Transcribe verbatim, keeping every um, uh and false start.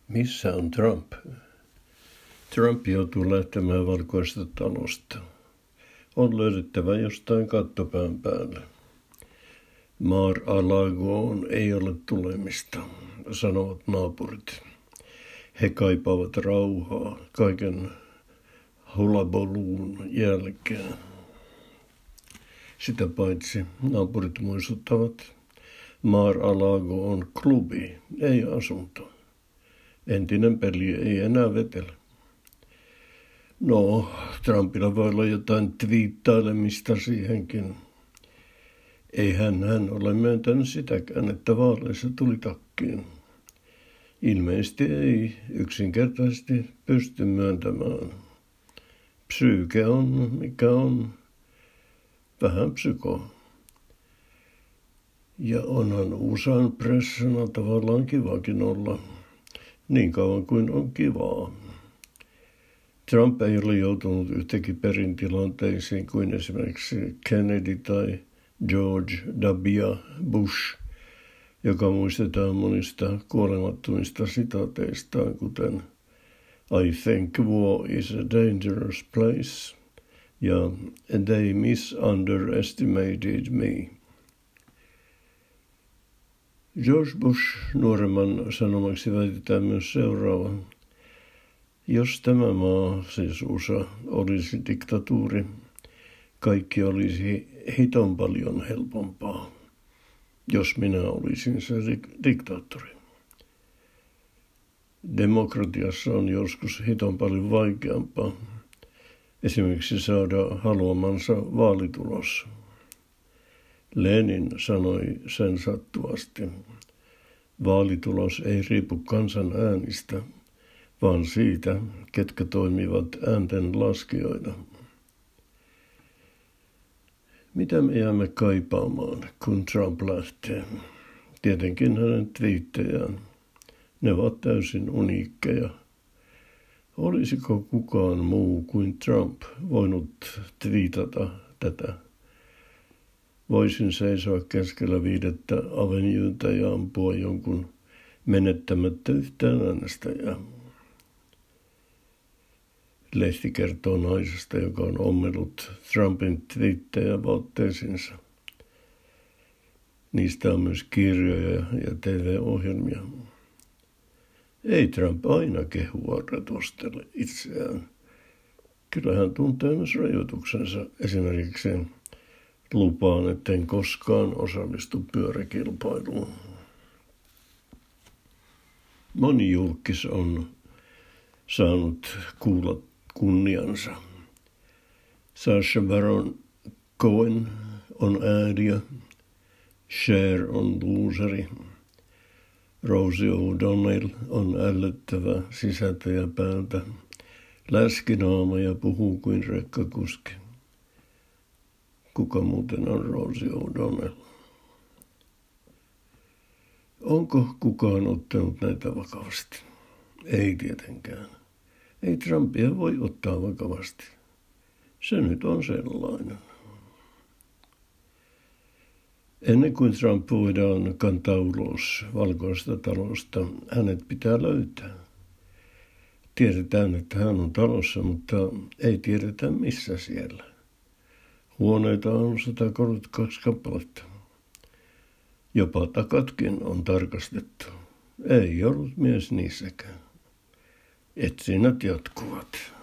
Missä on Trump? Trump joutuu lähtemään Valkoisesta talosta. On löydettävä jostain kattopään päälle. Mar-a-Lagoon ei ole tulemista, sanovat naapurit. He kaipaavat rauhaa kaiken hulaboluun jälkeen. Sitä paitsi naapurit muistuttavat, Mar-a-Lago on klubi, ei asunto. Entinen peli ei enää vetele. No, Trumpilla voi olla jotain twiittailemista siihenkin. Eihän hän ole myöntänyt sitäkään, että vaaleissa tuli takkiin. Ilmeisesti ei yksinkertaisesti pysty myöntämään. Psyyke on, mikä on, vähän psyko. Ja onhan U S A:n pressana tavallaan kivakin olla, niin kauan kuin on kivaa. Trump ei ole joutunut yhtäkin perintilanteisiin kuin esimerkiksi Kennedy tai George W. Bush, joka muistetaan monista kuolemattomista sitaateistaan, kuten I think war is a dangerous place ja they misunderestimated me. George Bush nuoremman sanomaksi väitetään myös seuraavan. Jos tämä maa, siis U S A, olisi diktatuuri, kaikki olisi hiton paljon helpompaa, jos minä olisin se diktaattori. Demokratiassa on joskus hiton paljon vaikeampaa, esimerkiksi saada haluamansa vaalitulos. Lenin sanoi sen sattuvasti, vaalitulos ei riipu kansan äänistä, vaan siitä, ketkä toimivat äänten laskijoina. Mitä me jäämme kaipaamaan, kun Trump lähtee? Tietenkin hänen twiittejään. Ne ovat täysin uniikkeja. Olisiko kukaan muu kuin Trump voinut twiitata tätä? Voisin seisoa keskellä viidettä avenueta ja ampua jonkun menettämättä yhtään äänestäjää. Lehti kertoo naisesta, joka on ommellut Trumpin twiittejä vaatteisiinsa. Niistä on myös kirjoja ja T V-ohjelmia. Ei Trump aina kehua retostele itseään. Kyllä hän tuntee myös rajoituksensa. Esimerkiksi lupaan, etten koskaan osallistu pyöräkilpailuun. Moni julkis on saanut kuulla kunniansa. Sacha Baron Cohen on ääriö, Cher on luuseri, Rosie O'Donnell on ällöttävä sisältä ja päältä, läskinaama ja puhuu kuin rekkakuski. Kuka muuten on Rosie O'Donnell? Onko kukaan ottanut näitä vakavasti? Ei tietenkään. Ei Trumpia voi ottaa vakavasti. Se nyt on sellainen. Ennen kuin Trump voidaan kantaa ulos Valkoisesta talosta, hänet pitää löytää. Tiedetään, että hän on talossa, mutta ei tiedetä missä siellä. Huoneita on sata kolmekymmentäkaksi kappaletta. Jopa takatkin on tarkastettu. Ei ollut mies niissäkään. Etsinnät jatkuvat.